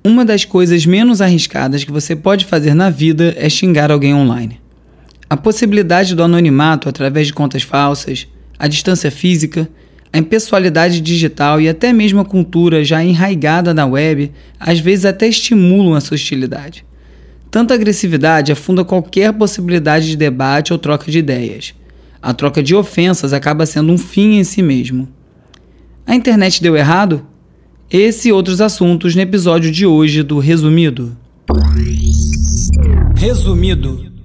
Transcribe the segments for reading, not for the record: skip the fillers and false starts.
Uma das coisas menos arriscadas que você pode fazer na vida é xingar alguém online. A possibilidade do anonimato através de contas falsas, a distância física, a impessoalidade digital e até mesmo a cultura já enraigada na web, às vezes até estimulam essa hostilidade. Tanta agressividade afunda qualquer possibilidade de debate ou troca de ideias. A troca de ofensas acaba sendo um fim em si mesmo. A internet deu errado? Esse e outros assuntos no episódio de hoje do Resumido. Resumido.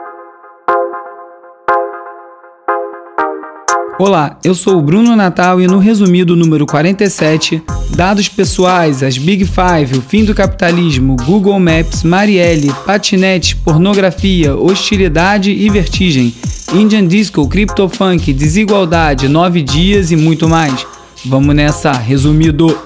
Olá, eu sou o Bruno Natal e no Resumido número 47, dados pessoais, as Big Five, o fim do capitalismo, Google Maps, Marielle, patinete, pornografia, hostilidade e vertigem, Indian Disco, CryptoFunk, desigualdade, 9 dias e muito mais. Vamos nessa, Resumido!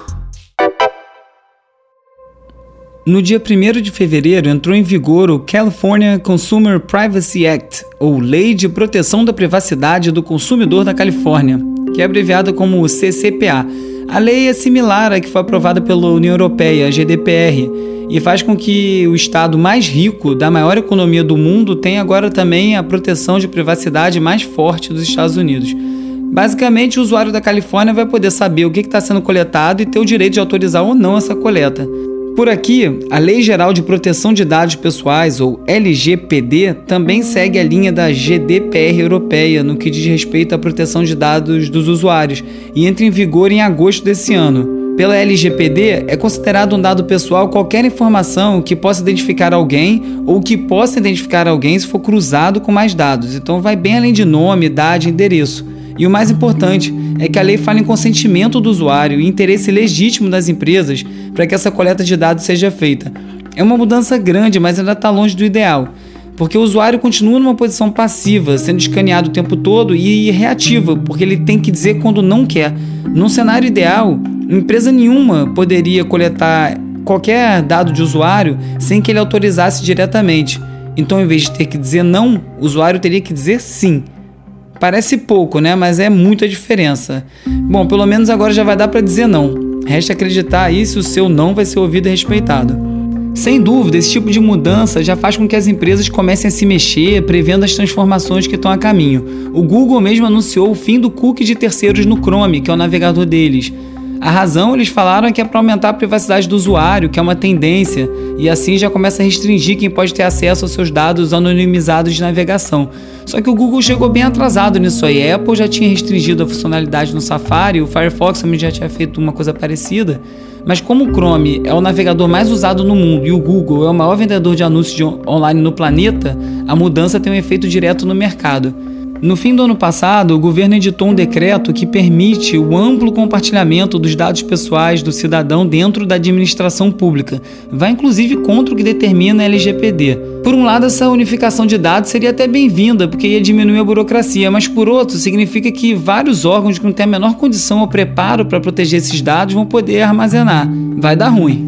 No dia 1º de fevereiro entrou em vigor o California Consumer Privacy Act, ou Lei de Proteção da Privacidade do Consumidor da Califórnia, que é abreviada como CCPA. A lei é similar à que foi aprovada pela União Europeia, a GDPR, e faz com que o estado mais rico da maior economia do mundo tenha agora também a proteção de privacidade mais forte dos Estados Unidos. Basicamente, o usuário da Califórnia vai poder saber o que está sendo coletado e ter o direito de autorizar ou não essa coleta. Por aqui, a Lei Geral de Proteção de Dados Pessoais, ou LGPD, também segue a linha da GDPR europeia no que diz respeito à proteção de dados dos usuários e entra em vigor em agosto desse ano. Pela LGPD, é considerado um dado pessoal qualquer informação que possa identificar alguém ou que possa identificar alguém se for cruzado com mais dados. Então vai bem além de nome, idade e endereço. E o mais importante é que a lei fala em consentimento do usuário e interesse legítimo das empresas para que essa coleta de dados seja feita. É uma mudança grande, mas ainda está longe do ideal, porque o usuário continua numa posição passiva, sendo escaneado o tempo todo e reativa, porque ele tem que dizer quando não quer. Num cenário ideal, empresa nenhuma poderia coletar qualquer dado de usuário sem que ele autorizasse diretamente. Então, em vez de ter que dizer não, o usuário teria que dizer sim. Parece pouco, né? Mas é muita diferença. Bom, pelo menos agora já vai dar para dizer não. Resta acreditar aí se o seu não vai ser ouvido e respeitado. Sem dúvida, esse tipo de mudança já faz com que as empresas comecem a se mexer, prevendo as transformações que estão a caminho. O Google mesmo anunciou o fim do cookie de terceiros no Chrome, que é o navegador deles. A razão, eles falaram, é que é para aumentar a privacidade do usuário, que é uma tendência, e assim já começa a restringir quem pode ter acesso aos seus dados anonimizados de navegação. Só que o Google chegou bem atrasado nisso aí. A Apple já tinha restringido a funcionalidade no Safari, o Firefox também já tinha feito uma coisa parecida, mas como o Chrome é o navegador mais usado no mundo e o Google é o maior vendedor de anúncios online no planeta, a mudança tem um efeito direto no mercado. No fim do ano passado, o governo editou um decreto que permite o amplo compartilhamento dos dados pessoais do cidadão dentro da administração pública. Vai inclusive contra o que determina a LGPD. Por um lado, essa unificação de dados seria até bem-vinda, porque ia diminuir a burocracia, mas por outro, significa que vários órgãos que não têm a menor condição ou preparo para proteger esses dados vão poder armazenar. Vai dar ruim.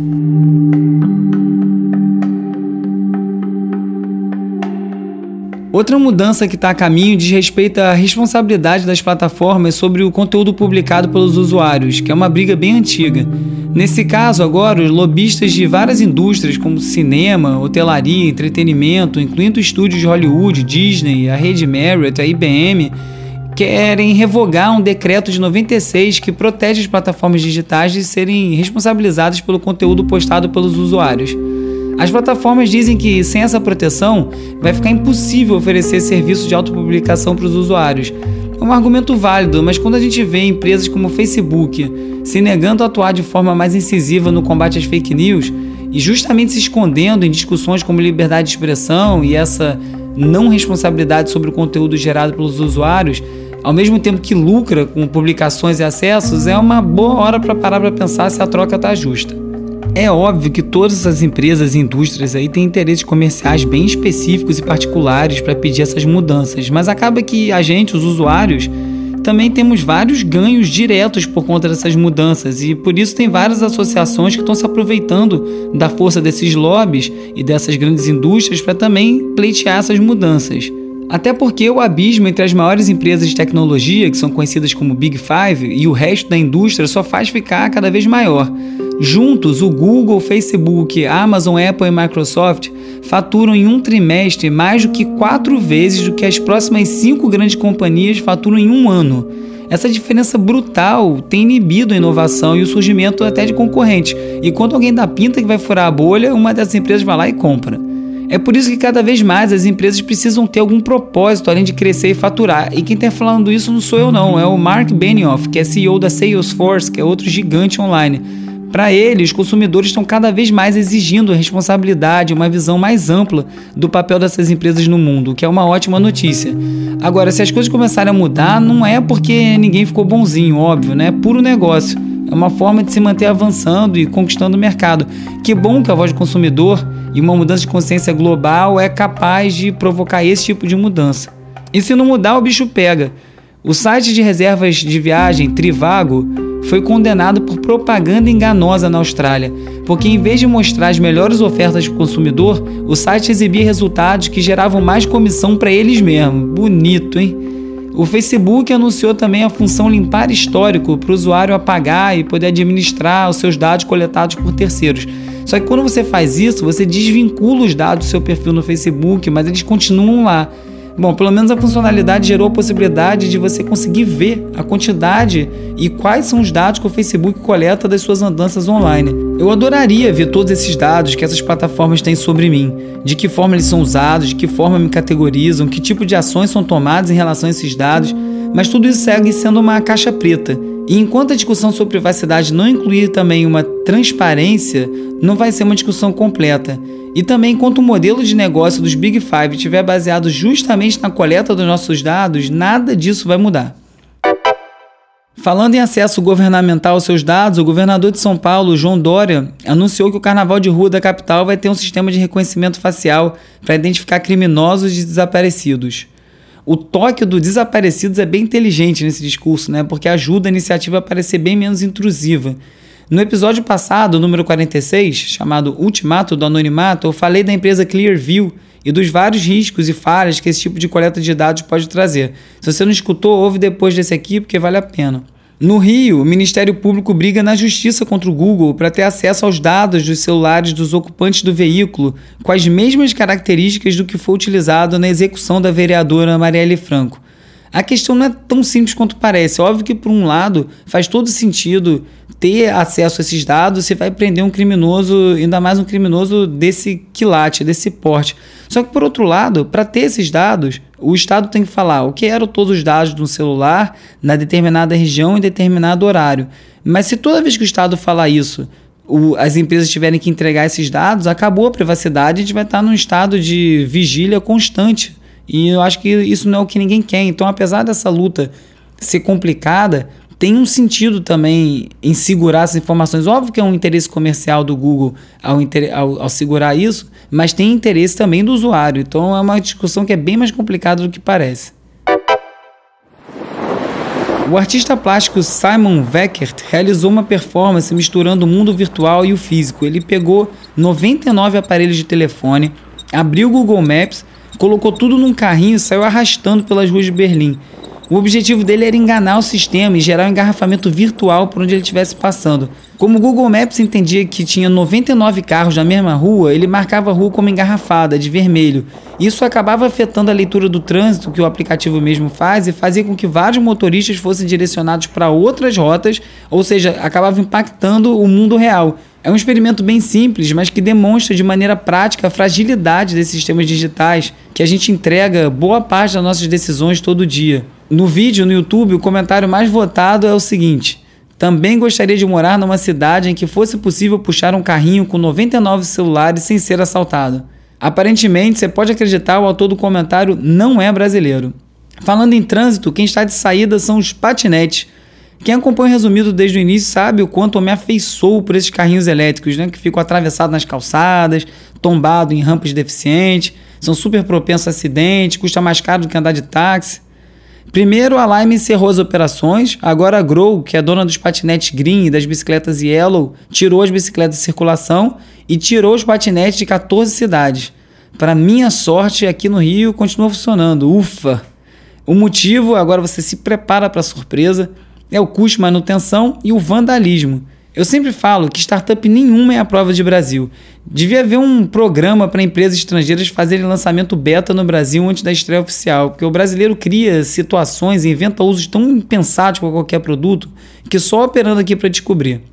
Outra mudança que está a caminho diz respeito à responsabilidade das plataformas sobre o conteúdo publicado pelos usuários, que é uma briga bem antiga. Nesse caso, agora, os lobistas de várias indústrias, como cinema, hotelaria, entretenimento, incluindo estúdios de Hollywood, Disney, a rede Marriott, a IBM, querem revogar um decreto de 96 que protege as plataformas digitais de serem responsabilizadas pelo conteúdo postado pelos usuários. As plataformas dizem que, sem essa proteção, vai ficar impossível oferecer serviço de autopublicação para os usuários. É um argumento válido, mas quando a gente vê empresas como o Facebook se negando a atuar de forma mais incisiva no combate às fake news e justamente se escondendo em discussões como liberdade de expressão e essa não responsabilidade sobre o conteúdo gerado pelos usuários, ao mesmo tempo que lucra com publicações e acessos, é uma boa hora para parar para pensar se a troca está justa. É óbvio que todas essas empresas e indústrias aí têm interesses comerciais bem específicos e particulares para pedir essas mudanças, mas acaba que a gente, os usuários, também temos vários ganhos diretos por conta dessas mudanças e por isso tem várias associações que estão se aproveitando da força desses lobbies e dessas grandes indústrias para também pleitear essas mudanças. Até porque o abismo entre as maiores empresas de tecnologia, que são conhecidas como Big Five, e o resto da indústria só faz ficar cada vez maior. Juntos, o Google, Facebook, Amazon, Apple e Microsoft faturam em um trimestre mais do que 4 vezes do que as próximas 5 grandes companhias faturam em um ano. Essa diferença brutal tem inibido a inovação e o surgimento até de concorrentes. E quando alguém dá pinta que vai furar a bolha, uma dessas empresas vai lá e compra. É por isso que cada vez mais as empresas precisam ter algum propósito além de crescer e faturar. E quem está falando isso não sou eu não, é o Mark Benioff, que é CEO da Salesforce, que é outro gigante online. Para ele, os consumidores estão cada vez mais exigindo responsabilidade, uma visão mais ampla do papel dessas empresas no mundo, o que é uma ótima notícia. Agora, se as coisas começarem a mudar, não é porque ninguém ficou bonzinho, óbvio, né? É puro negócio. É uma forma de se manter avançando e conquistando o mercado. Que bom que a voz do consumidor e uma mudança de consciência global é capaz de provocar esse tipo de mudança. E se não mudar, o bicho pega. O site de reservas de viagem, Trivago, foi condenado por propaganda enganosa na Austrália, porque em vez de mostrar as melhores ofertas para o consumidor, o site exibia resultados que geravam mais comissão para eles mesmos. Bonito, hein? O Facebook anunciou também a função limpar histórico para o usuário apagar e poder administrar os seus dados coletados por terceiros. Só que quando você faz isso, você desvincula os dados do seu perfil no Facebook, mas eles continuam lá. Bom, pelo menos a funcionalidade gerou a possibilidade de você conseguir ver a quantidade e quais são os dados que o Facebook coleta das suas andanças online. Eu adoraria ver todos esses dados que essas plataformas têm sobre mim, de que forma eles são usados, de que forma me categorizam, que tipo de ações são tomadas em relação a esses dados, mas tudo isso segue sendo uma caixa preta. E enquanto a discussão sobre privacidade não incluir também uma transparência, não vai ser uma discussão completa. E também, enquanto o modelo de negócio dos Big Five estiver baseado justamente na coleta dos nossos dados, nada disso vai mudar. Falando em acesso governamental aos seus dados, o governador de São Paulo, João Dória, anunciou que o Carnaval de Rua da capital vai ter um sistema de reconhecimento facial para identificar criminosos e desaparecidos. O toque do desaparecidos é bem inteligente nesse discurso, né? Porque ajuda a iniciativa a parecer bem menos intrusiva. No episódio passado, número 46, chamado Ultimato do Anonimato, eu falei da empresa Clearview e dos vários riscos e falhas que esse tipo de coleta de dados pode trazer. Se você não escutou, ouve depois desse aqui, porque vale a pena. No Rio, o Ministério Público briga na justiça contra o Google para ter acesso aos dados dos celulares dos ocupantes do veículo com as mesmas características do que foi utilizado na execução da vereadora Marielle Franco. A questão não é tão simples quanto parece. Óbvio que, por um lado, faz todo sentido ter acesso a esses dados. Você vai prender um criminoso, ainda mais um criminoso desse quilate, desse porte. Só que, por outro lado, para ter esses dados, o Estado tem que falar o que eram todos os dados de um celular na determinada região em determinado horário. Mas se toda vez que o Estado falar isso, as empresas tiverem que entregar esses dados, acabou a privacidade e a gente vai estar num estado de vigília constante. E eu acho que isso não é o que ninguém quer. Então, apesar dessa luta ser complicada, tem um sentido também em segurar essas informações. Óbvio que é um interesse comercial do Google ao segurar isso, mas tem interesse também do usuário. Então, é uma discussão que é bem mais complicada do que parece. O artista plástico Simon Weckert realizou uma performance misturando o mundo virtual e o físico. Ele pegou 99 aparelhos de telefone, abriu o Google Maps, colocou tudo num carrinho e saiu arrastando pelas ruas de Berlim. O objetivo dele era enganar o sistema e gerar um engarrafamento virtual por onde ele estivesse passando. Como o Google Maps entendia que tinha 99 carros na mesma rua, ele marcava a rua como engarrafada, de vermelho. Isso acabava afetando a leitura do trânsito que o aplicativo mesmo faz e fazia com que vários motoristas fossem direcionados para outras rotas, ou seja, acabava impactando o mundo real. É um experimento bem simples, mas que demonstra de maneira prática a fragilidade desses sistemas digitais que a gente entrega boa parte das nossas decisões todo dia. No vídeo no YouTube, o comentário mais votado é o seguinte: também gostaria de morar numa cidade em que fosse possível puxar um carrinho com 99 celulares sem ser assaltado. Aparentemente, você pode acreditar, o autor do comentário não é brasileiro. Falando em trânsito, quem está de saída são os patinetes. Quem acompanha o resumido desde o início sabe o quanto eu me afeiçoo por esses carrinhos elétricos, né, que ficam atravessados nas calçadas, tombados em rampas deficientes, são super propensos a acidente, custa mais caro do que andar de táxi. Primeiro, a Lime encerrou as operações, agora a Grow, que é dona dos patinetes Green e das bicicletas Yellow, tirou as bicicletas de circulação e tirou os patinetes de 14 cidades. Para minha sorte, aqui no Rio continua funcionando, ufa! O motivo, agora você se prepara para a surpresa, é o custo de manutenção e o vandalismo. Eu sempre falo que startup nenhuma é a prova de Brasil. Devia haver um programa para empresas estrangeiras fazerem lançamento beta no Brasil antes da estreia oficial, porque o brasileiro cria situações e inventa usos tão impensados para qualquer produto que só operando aqui para descobrir.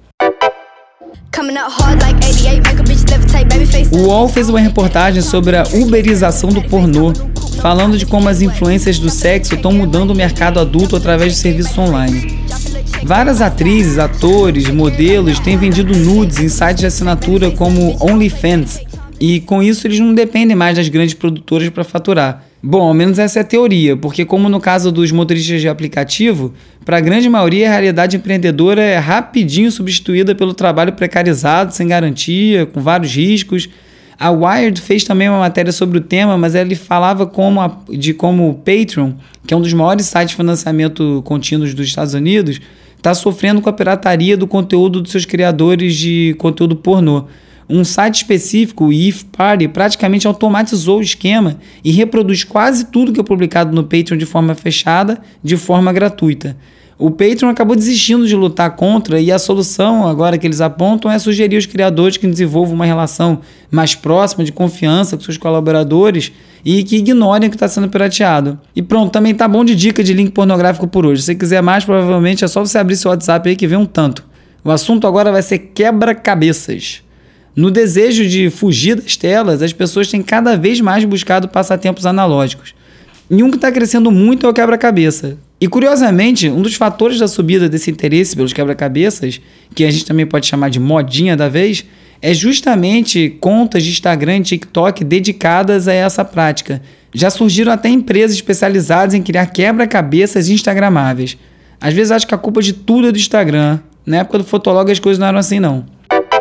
O UOL fez uma reportagem sobre a uberização do pornô, falando de como as influências do sexo estão mudando o mercado adulto através de serviços online. Várias atrizes, atores, modelos têm vendido nudes em sites de assinatura como OnlyFans, e com isso eles não dependem mais das grandes produtoras para faturar. Bom, ao menos essa é a teoria, porque como no caso dos motoristas de aplicativo, para a grande maioria a realidade empreendedora é rapidinho substituída pelo trabalho precarizado, sem garantia, com vários riscos. A Wired fez também uma matéria sobre o tema, mas ele falava como o Patreon, que é um dos maiores sites de financiamento contínuos dos Estados Unidos, está sofrendo com a pirataria do conteúdo dos seus criadores de conteúdo pornô. Um site específico, o If Party, praticamente automatizou o esquema e reproduz quase tudo que é publicado no Patreon de forma fechada, de forma gratuita. O Patreon acabou desistindo de lutar contra e a solução agora que eles apontam é sugerir aos criadores que desenvolvam uma relação mais próxima, de confiança com seus colaboradores e que ignorem o que está sendo pirateado. E pronto, também tá bom de dica de link pornográfico por hoje. Se você quiser mais, provavelmente é só você abrir seu WhatsApp aí que vem um tanto. O assunto agora vai ser quebra-cabeças. No desejo de fugir das telas, as pessoas têm cada vez mais buscado passatempos analógicos. E um que está crescendo muito é o quebra-cabeça. E curiosamente, um dos fatores da subida desse interesse pelos quebra-cabeças, que a gente também pode chamar de modinha da vez, é justamente contas de Instagram e TikTok dedicadas a essa prática. Já surgiram até empresas especializadas em criar quebra-cabeças instagramáveis. Às vezes acho que a culpa de tudo é do Instagram. Na época do Fotolog as coisas não eram assim não.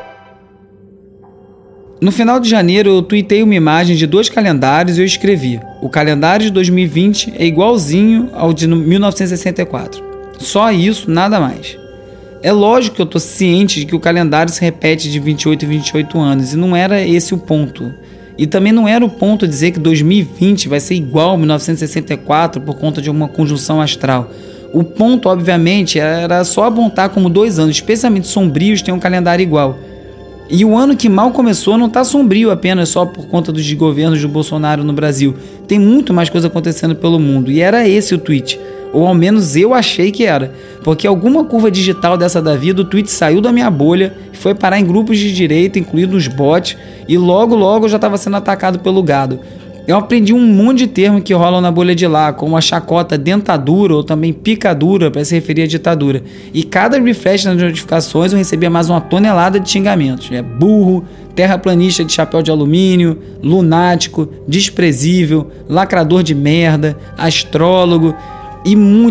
No final de janeiro eu tuitei uma imagem de 2 calendários e eu escrevi: o calendário de 2020 é igualzinho ao de 1964. Só isso, nada mais. É lógico que eu estou ciente de que o calendário se repete de 28 em 28 anos, e não era esse o ponto. E também não era o ponto dizer que 2020 vai ser igual a 1964 por conta de uma conjunção astral. O ponto, obviamente, era só apontar como 2 anos, especialmente sombrios, têm um calendário igual. E o ano que mal começou não está sombrio apenas só por conta dos governos do Bolsonaro no Brasil. Tem muito mais coisa acontecendo pelo mundo. E era esse o tweet. Ou ao menos eu achei que era. Porque alguma curva digital dessa da vida, o tweet saiu da minha bolha e foi parar em grupos de direita, incluindo os bots. E logo eu já estava sendo atacado pelo gado. Eu aprendi um monte de termos que rolam na bolha de lá, como a chacota dentadura ou também picadura para se referir à ditadura. E cada refresh nas notificações eu recebia mais uma tonelada de xingamentos. Burro, terraplanista de chapéu de alumínio, lunático, desprezível, lacrador de merda, astrólogo e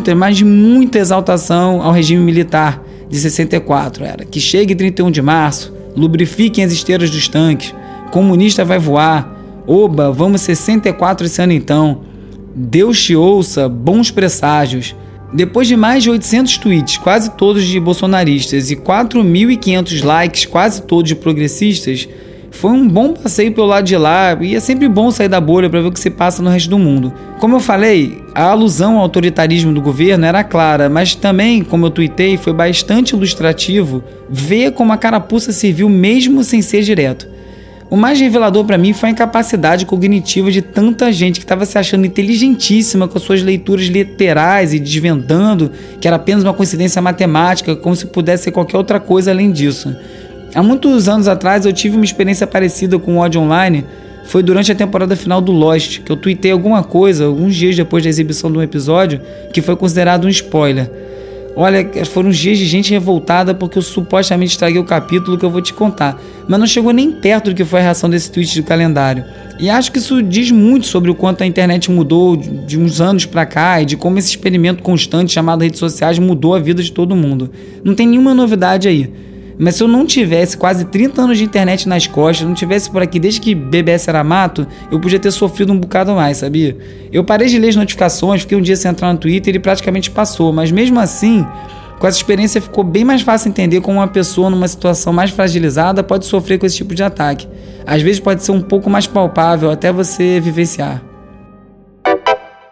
muita exaltação ao regime militar de 64. Que chegue 31 de março, lubrifiquem as esteiras dos tanques, comunista vai voar. Oba, vamos 64 esse ano então. Deus te ouça, bons presságios. Depois de mais de 800 tweets, quase todos de bolsonaristas, e 4.500 likes, quase todos de progressistas, foi um bom passeio pelo lado de lá, e é sempre bom sair da bolha para ver o que se passa no resto do mundo. Como eu falei, a alusão ao autoritarismo do governo era clara, mas também, como eu tuitei, foi bastante ilustrativo ver como a carapuça serviu mesmo sem ser direto. O mais revelador para mim foi a incapacidade cognitiva de tanta gente que estava se achando inteligentíssima com as suas leituras literais e desvendando que era apenas uma coincidência matemática, como se pudesse ser qualquer outra coisa além disso. Há muitos anos atrás eu tive uma experiência parecida com o ódio online. Foi durante a temporada final do Lost, que eu tuitei alguma coisa, alguns dias depois da exibição de um episódio, que foi considerado um spoiler. Olha, foram uns dias de gente revoltada porque eu supostamente estraguei o capítulo que eu vou te contar. Mas não chegou nem perto do que foi a reação desse tweet do calendário. E acho que isso diz muito sobre o quanto a internet mudou de uns anos pra cá e de como esse experimento constante chamado redes sociais mudou a vida de todo mundo. Não tem nenhuma novidade aí. Mas se eu não tivesse quase 30 anos de internet nas costas, não tivesse por aqui desde que BBS era mato, eu podia ter sofrido um bocado mais, sabia? Eu parei de ler as notificações, fiquei um dia sem entrar no Twitter e ele praticamente passou, mas mesmo assim, com essa experiência ficou bem mais fácil entender como uma pessoa numa situação mais fragilizada pode sofrer com esse tipo de ataque. Às vezes pode ser um pouco mais palpável até você vivenciar.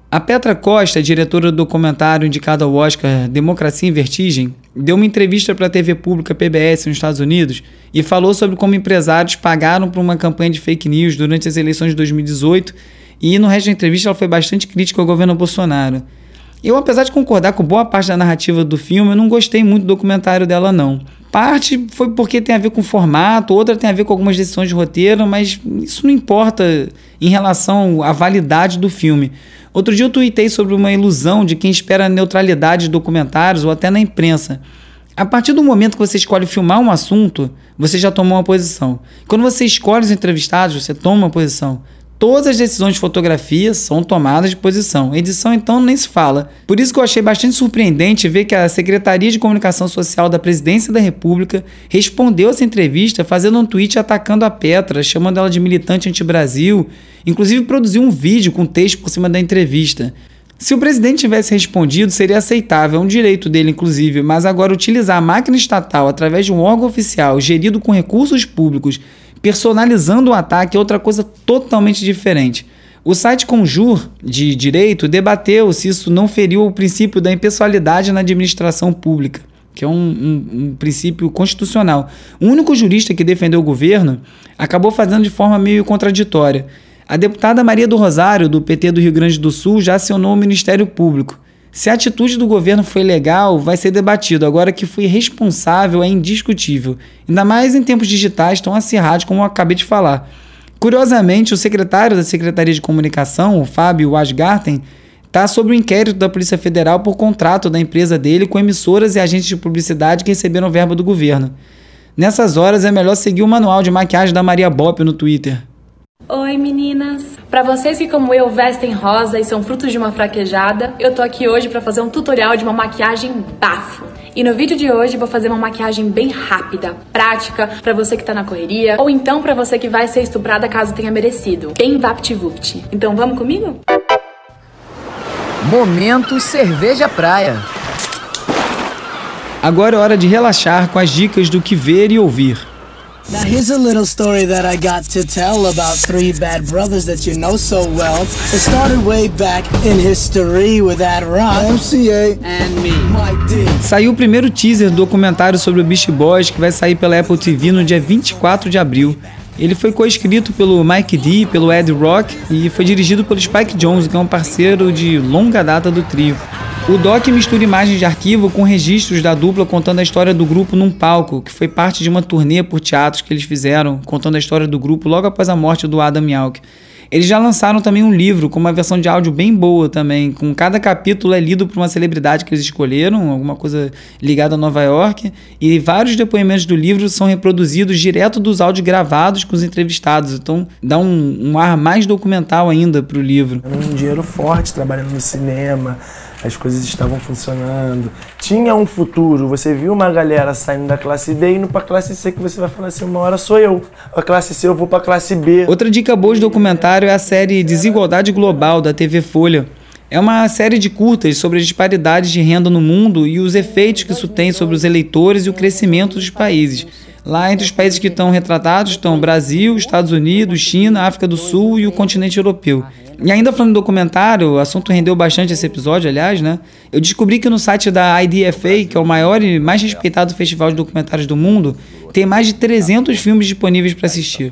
A Petra Costa, diretora do documentário indicado ao Oscar Democracia em Vertigem, deu uma entrevista para a TV pública PBS nos Estados Unidos e falou sobre como empresários pagaram por uma campanha de fake news durante as eleições de 2018 e no resto da entrevista ela foi bastante crítica ao governo Bolsonaro. Eu, apesar de concordar com boa parte da narrativa do filme, eu não gostei muito do documentário dela não. Parte foi porque tem a ver com o formato, outra tem a ver com algumas decisões de roteiro, mas isso não importa em relação à validade do filme. Outro dia eu tuitei sobre uma ilusão de quem espera a neutralidade de documentários ou até na imprensa. A partir do momento que você escolhe filmar um assunto, você já tomou uma posição. Quando você escolhe os entrevistados, você toma uma posição. Todas as decisões de fotografia são tomadas de posição. Edição, então, nem se fala. Por isso que eu achei bastante surpreendente ver que a Secretaria de Comunicação Social da Presidência da República respondeu essa entrevista fazendo um tweet atacando a Petra, chamando ela de militante anti-Brasil, inclusive produziu um vídeo com texto por cima da entrevista. Se o presidente tivesse respondido, seria aceitável, é um direito dele, inclusive, mas agora utilizar a máquina estatal através de um órgão oficial gerido com recursos públicos, personalizando o ataque, é outra coisa totalmente diferente. O site Conjur, de Direito, debateu se isso não feriu o princípio da impessoalidade na administração pública, que é um princípio constitucional. O único jurista que defendeu o governo acabou fazendo de forma meio contraditória. A deputada Maria do Rosário, do PT do Rio Grande do Sul, já acionou o Ministério Público. Se a atitude do governo foi legal, vai ser debatido. Agora, que foi irresponsável é indiscutível. Ainda mais em tempos digitais tão acirrados como eu acabei de falar. Curiosamente, o secretário da Secretaria de Comunicação, o Fábio Wajgarten, está sob o inquérito da Polícia Federal por contrato da empresa dele com emissoras e agentes de publicidade que receberam verba do governo. Nessas horas, é melhor seguir o manual de maquiagem da Maria Bopp no Twitter. Oi meninas! Para vocês que como eu vestem rosa e são frutos de uma fraquejada, eu tô aqui hoje para fazer um tutorial de uma maquiagem bafo. E no vídeo de hoje vou fazer uma maquiagem bem rápida, prática, para você que tá na correria, ou então para você que vai ser estuprada caso tenha merecido. Bem vapt-vupt. Então vamos comigo? Momento Cerveja Praia. Agora é hora de relaxar com as dicas do que ver e ouvir. Now here's a little story that I got to tell about three bad brothers that you know so well. It started way back in history with that rock, MCA and me, Mike D. Saiu o primeiro teaser do documentário sobre o Beast Boys que vai sair pela Apple TV no dia 24 de abril. Ele foi coescrito pelo Mike D, pelo Ed Rock e foi dirigido pelo Spike Jonze, que é um parceiro de longa data do trio. O doc mistura imagens de arquivo com registros da dupla contando a história do grupo num palco, que foi parte de uma turnê por teatros que eles fizeram, contando a história do grupo logo após a morte do Adam Yauch. Eles já lançaram também um livro com uma versão de áudio bem boa também, com cada capítulo é lido por uma celebridade que eles escolheram, alguma coisa ligada a Nova York, e vários depoimentos do livro são reproduzidos direto dos áudios gravados com os entrevistados, então dá um ar mais documental ainda para o livro. Um dinheiro forte trabalhando no cinema, as coisas estavam funcionando, tinha um futuro. Você viu uma galera saindo da classe D e indo pra classe C, que você vai falar assim, uma hora sou eu, a classe C eu vou pra classe B. Outra dica boa de documentário é a série Desigualdade Global, da TV Folha. É uma série de curtas sobre as disparidades de renda no mundo e os efeitos que isso tem sobre os eleitores e o crescimento dos países. Lá entre os países que estão retratados estão Brasil, Estados Unidos, China, África do Sul e o continente europeu. E ainda falando do documentário, o assunto rendeu bastante esse episódio, aliás, né? Eu descobri que no site da IDFA, que é o maior e mais respeitado festival de documentários do mundo, tem mais de 300 filmes disponíveis para assistir.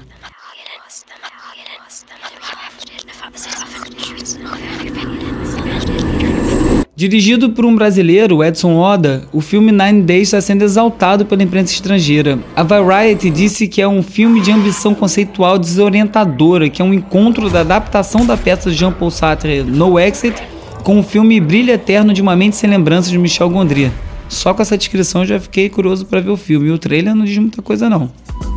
Dirigido por um brasileiro, Edson Oda, o filme Nine Days está sendo exaltado pela imprensa estrangeira. A Variety disse que é um filme de ambição conceitual desorientadora, que é um encontro da adaptação da peça de Jean-Paul Sartre No Exit com o filme Brilho Eterno de uma Mente Sem Lembranças de Michel Gondry. Só com essa descrição eu já fiquei curioso para ver o filme, e o trailer não diz muita coisa não.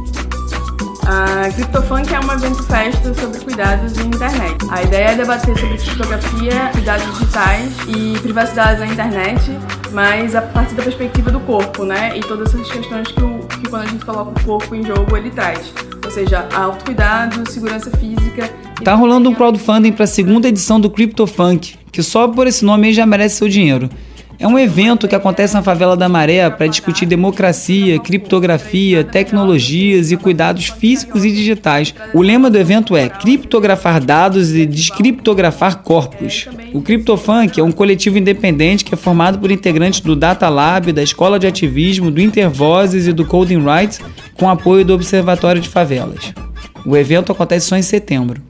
A CryptoFunk é um evento festa sobre cuidados em internet. A ideia é debater sobre criptografia, cuidados digitais e privacidade na internet, mas a partir da perspectiva do corpo, né? E todas essas questões que quando a gente coloca o corpo em jogo, ele traz. Ou seja, autocuidado, segurança física... Tá rolando um crowdfunding para a segunda edição do CryptoFunk, que só por esse nome aí já merece seu dinheiro. É um evento que acontece na Favela da Maré para discutir democracia, criptografia, tecnologias e cuidados físicos e digitais. O lema do evento é criptografar dados e descriptografar corpos. O CryptoFunk é um coletivo independente que é formado por integrantes do Data Lab, da Escola de Ativismo, do Intervozes e do Coding Rights, com apoio do Observatório de Favelas. O evento acontece só em setembro.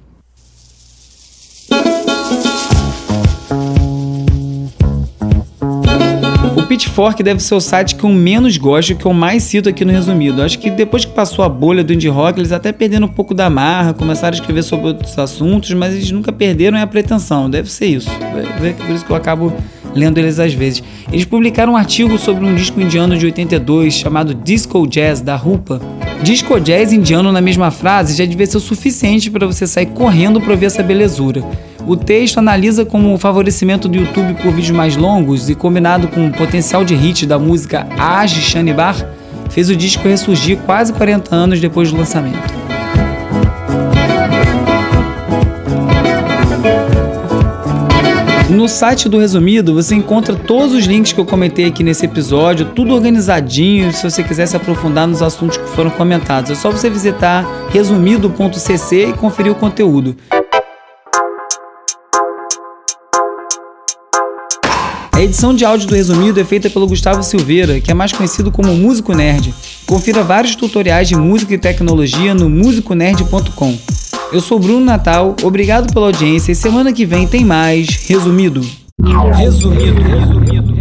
O Pitchfork deve ser o site que eu menos gosto e que eu mais cito aqui no resumido. Acho que depois que passou a bolha do indie rock, eles até perderam um pouco da marra, começaram a escrever sobre outros assuntos, mas eles nunca perderam a pretensão. Deve ser isso. Por isso que eu acabo lendo eles às vezes. Eles publicaram um artigo sobre um disco indiano de 82 chamado Disco Jazz, da Rupa. Disco Jazz indiano na mesma frase já devia ser o suficiente para você sair correndo para ver essa belezura. O texto analisa como o favorecimento do YouTube por vídeos mais longos e combinado com o potencial de hit da música Aj Shanibar fez o disco ressurgir quase 40 anos depois do lançamento. No site do Resumido você encontra todos os links que eu comentei aqui nesse episódio, tudo organizadinho, se você quiser se aprofundar nos assuntos que foram comentados. É só você visitar resumido.cc e conferir o conteúdo. A edição de áudio do Resumido é feita pelo Gustavo Silveira, que é mais conhecido como Músico Nerd. Confira vários tutoriais de música e tecnologia no musiconerd.com. Eu sou Bruno Natal, obrigado pela audiência e semana que vem tem mais Resumido. Resumido.